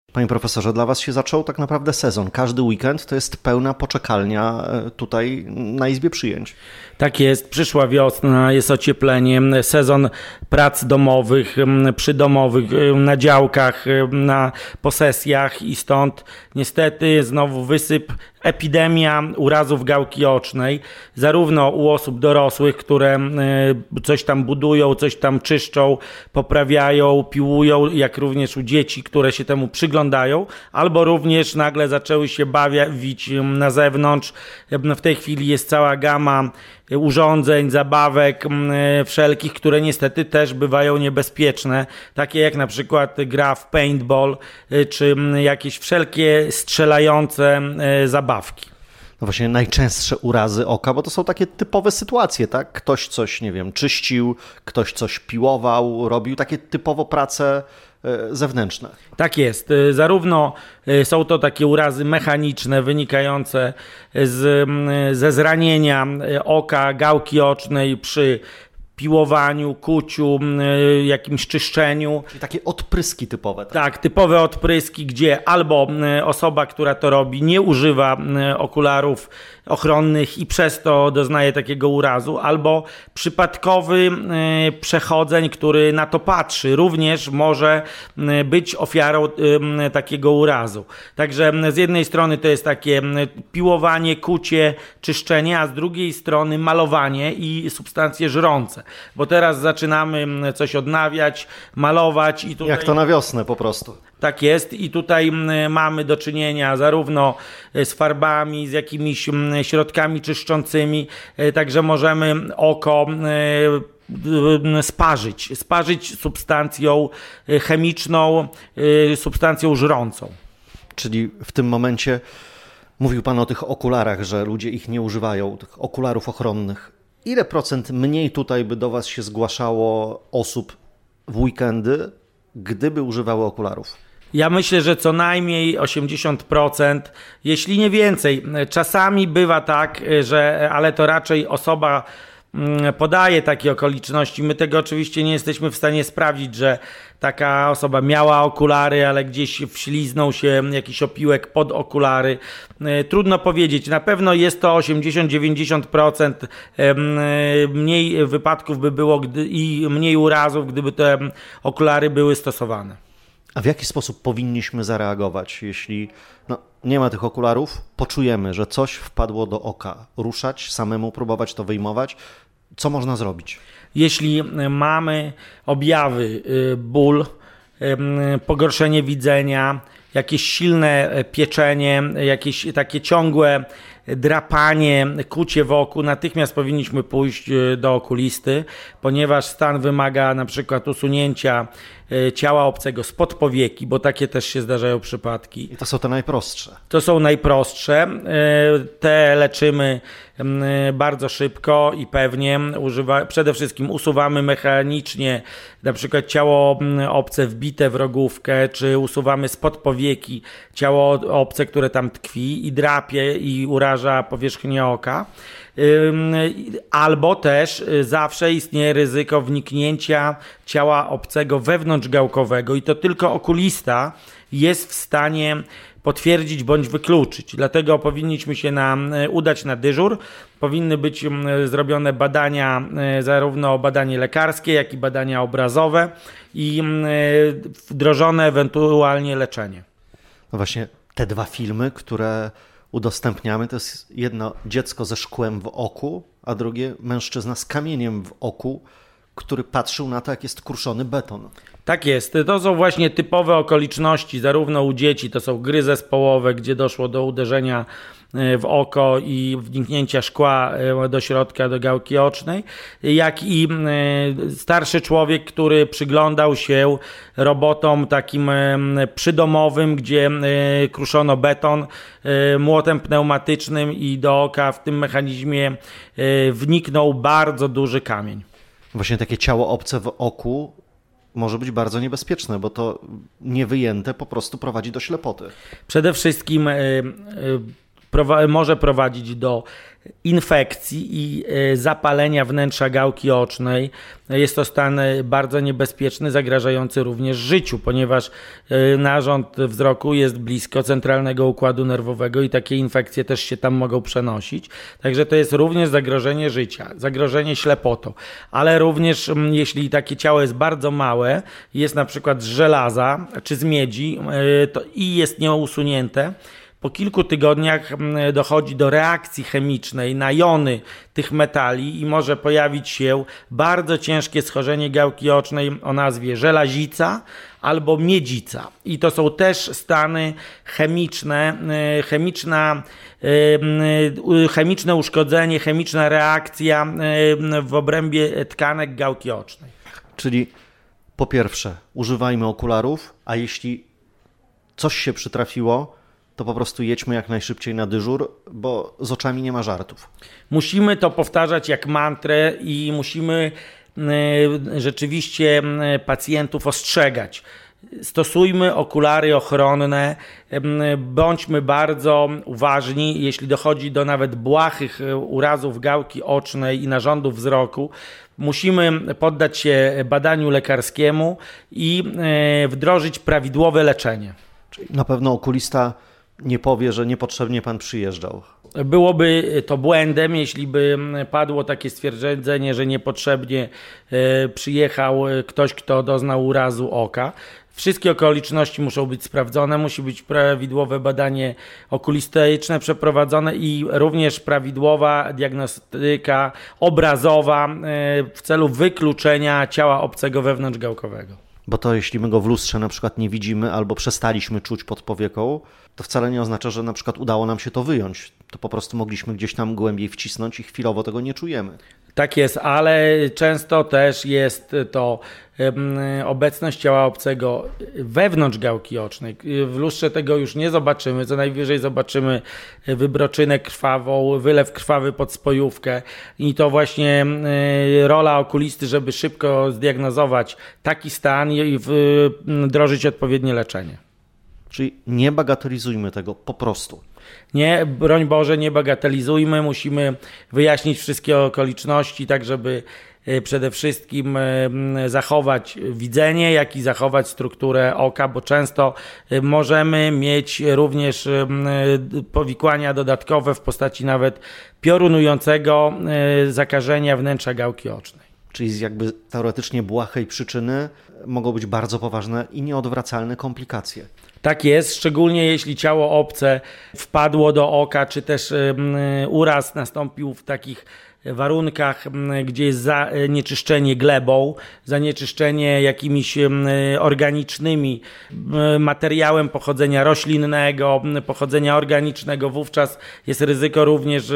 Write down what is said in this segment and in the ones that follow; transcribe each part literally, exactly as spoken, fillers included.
Panie profesorze, dla Was się zaczął tak naprawdę sezon. Każdy weekend to jest pełna poczekalnia tutaj na izbie przyjęć. Tak jest, przyszła wiosna, jest ocieplenie, sezon prac domowych, przydomowych, na działkach, na posesjach i stąd niestety znowu wysyp, epidemia urazów gałki ocznej, zarówno u osób dorosłych, które coś tam budują, coś tam czyszczą, poprawiają, piłują, jak również u dzieci, które się temu przyglądają, albo również nagle zaczęły się bawić na zewnątrz. W tej chwili jest cała gama urządzeń, zabawek wszelkich, które niestety też bywają niebezpieczne, takie jak na przykład gra w paintball, czy jakieś wszelkie strzelające zabawki. No właśnie najczęstsze urazy oka, bo to są takie typowe sytuacje, tak? Ktoś coś, nie wiem, czyścił, ktoś coś piłował, robił takie typowo prace zewnętrzne. Tak jest. Zarówno są to takie urazy mechaniczne wynikające z, ze zranienia oka, gałki ocznej przy piłowaniu, kuciu, jakimś czyszczeniu. Czyli takie odpryski typowe. Tak? tak, typowe odpryski, gdzie albo osoba, która to robi, nie używa okularów ochronnych i przez to doznaje takiego urazu, albo przypadkowy przechodzeń, który na to patrzy, również może być ofiarą takiego urazu. Także z jednej strony to jest takie piłowanie, kucie, czyszczenie, a z drugiej strony malowanie i substancje żrące. Bo teraz zaczynamy coś odnawiać, malować i tutaj... Jak to na wiosnę po prostu. Tak jest i tutaj mamy do czynienia zarówno z farbami, z jakimiś środkami czyszczącymi, także możemy oko sparzyć, sparzyć substancją chemiczną, substancją żrącą. Czyli w tym momencie mówił Pan o tych okularach, że ludzie ich nie używają, tych okularów ochronnych. Ile procent mniej tutaj by do Was się zgłaszało osób w weekendy, gdyby używały okularów? Ja myślę, że co najmniej osiemdziesiąt procent, jeśli nie więcej. Czasami bywa tak, że, ale to raczej osoba podaje takie okoliczności. My tego oczywiście nie jesteśmy w stanie sprawdzić, że taka osoba miała okulary, ale gdzieś wśliznął się jakiś opiłek pod okulary. Trudno powiedzieć. Na pewno jest to osiemdziesiąt do dziewięćdziesięciu procent mniej wypadków by było gdy, i mniej urazów, gdyby te okulary były stosowane. A w jaki sposób powinniśmy zareagować, jeśli no, nie ma tych okularów, poczujemy, że coś wpadło do oka? Ruszać, samemu próbować to wyjmować? Co można zrobić? Jeśli mamy objawy, ból, pogorszenie widzenia, jakieś silne pieczenie, jakieś takie ciągłe drapanie, kucie w oku, natychmiast powinniśmy pójść do okulisty, ponieważ stan wymaga na przykład usunięcia ciała obcego spod powieki, bo takie też się zdarzają przypadki. I to są te najprostsze. To są najprostsze. Te leczymy bardzo szybko i pewnie. Używa, przede wszystkim usuwamy mechanicznie na przykład ciało obce wbite w rogówkę, czy usuwamy spod powieki ciało obce, które tam tkwi i drapie i uraża powierzchnię oka. Albo też zawsze istnieje ryzyko wniknięcia ciała obcego wewnątrzgałkowego i to tylko okulista jest w stanie potwierdzić bądź wykluczyć. Dlatego powinniśmy się na, udać na dyżur. Powinny być zrobione badania, zarówno badanie lekarskie, jak i badania obrazowe i wdrożone ewentualnie leczenie. No właśnie te dwa filmy, które udostępniamy, to jest jedno dziecko ze szkłem w oku, a drugie mężczyzna z kamieniem w oku, który patrzył na to, jak jest kruszony beton. Tak jest. To są właśnie typowe okoliczności, zarówno u dzieci, to są gry zespołowe, gdzie doszło do uderzenia w oko i wniknięcia szkła do środka, do gałki ocznej, jak i starszy człowiek, który przyglądał się robotom takim przydomowym, gdzie kruszono beton młotem pneumatycznym i do oka w tym mechanizmie wniknął bardzo duży kamień. Właśnie takie ciało obce w oku może być bardzo niebezpieczne, bo to niewyjęte po prostu prowadzi do ślepoty. Przede wszystkim prowa- może prowadzić do infekcji i zapalenia wnętrza gałki ocznej. Jest to stan bardzo niebezpieczny, zagrażający również życiu, ponieważ narząd wzroku jest blisko centralnego układu nerwowego i takie infekcje też się tam mogą przenosić. Także to jest również zagrożenie życia, zagrożenie ślepotą, ale również jeśli takie ciało jest bardzo małe, jest na przykład z żelaza czy z miedzi to i jest nieusunięte, po kilku tygodniach dochodzi do reakcji chemicznej na jony tych metali i może pojawić się bardzo ciężkie schorzenie gałki ocznej o nazwie żelazica albo miedzica. I to są też stany chemiczne, chemiczna, chemiczne uszkodzenie, chemiczna reakcja w obrębie tkanek gałki ocznej. Czyli po pierwsze używajmy okularów, a jeśli coś się przytrafiło, to po prostu jedźmy jak najszybciej na dyżur, bo z oczami nie ma żartów. Musimy to powtarzać jak mantrę i musimy rzeczywiście pacjentów ostrzegać. Stosujmy okulary ochronne, bądźmy bardzo uważni, jeśli dochodzi do nawet błahych urazów gałki ocznej i narządów wzroku. Musimy poddać się badaniu lekarskiemu i wdrożyć prawidłowe leczenie. Czyli na pewno okulista nie powie, że niepotrzebnie pan przyjeżdżał. Byłoby to błędem, jeśli by padło takie stwierdzenie, że niepotrzebnie przyjechał ktoś, kto doznał urazu oka. Wszystkie okoliczności muszą być sprawdzone, musi być prawidłowe badanie okulistyczne przeprowadzone i również prawidłowa diagnostyka obrazowa w celu wykluczenia ciała obcego wewnątrzgałkowego. Bo to jeśli my go w lustrze na przykład nie widzimy albo przestaliśmy czuć pod powieką, to wcale nie oznacza, że na przykład udało nam się to wyjąć. To po prostu mogliśmy gdzieś tam głębiej wcisnąć i chwilowo tego nie czujemy. Tak jest, ale często też jest to obecność ciała obcego wewnątrz gałki ocznej. W lustrze tego już nie zobaczymy, co najwyżej zobaczymy wybroczynę krwawą, wylew krwawy pod spojówkę i to właśnie rola okulisty, żeby szybko zdiagnozować taki stan i wdrożyć odpowiednie leczenie. Czyli nie bagatelizujmy tego po prostu. Nie, broń Boże, nie bagatelizujmy, musimy wyjaśnić wszystkie okoliczności, tak żeby przede wszystkim zachować widzenie, jak i zachować strukturę oka, bo często możemy mieć również powikłania dodatkowe w postaci nawet piorunującego zakażenia wnętrza gałki ocznej. Czyli z jakby teoretycznie błahej przyczyny mogą być bardzo poważne i nieodwracalne komplikacje. Tak jest, szczególnie jeśli ciało obce wpadło do oka, czy też uraz nastąpił w takich warunkach, gdzie jest zanieczyszczenie glebą, zanieczyszczenie jakimiś organicznymi materiałem pochodzenia roślinnego, pochodzenia organicznego, wówczas jest ryzyko również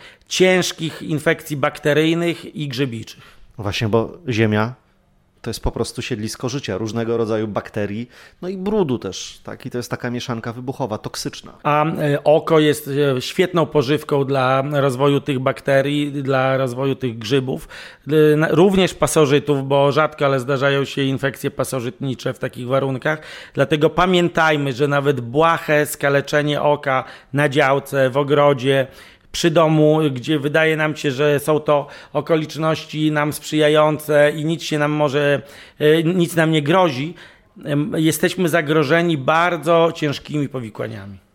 ciężkich infekcji bakteryjnych i grzybiczych. Właśnie, bo ziemia to jest po prostu siedlisko życia, różnego rodzaju bakterii, no i brudu też, tak? I to jest taka mieszanka wybuchowa, toksyczna. A oko jest świetną pożywką dla rozwoju tych bakterii, dla rozwoju tych grzybów, również pasożytów, bo rzadko, ale zdarzają się infekcje pasożytnicze w takich warunkach. Dlatego pamiętajmy, że nawet błahe skaleczenie oka na działce, w ogrodzie, przy domu, gdzie wydaje nam się, że są to okoliczności nam sprzyjające i nic się nam może, nic nam nie grozi, jesteśmy zagrożeni bardzo ciężkimi powikłaniami.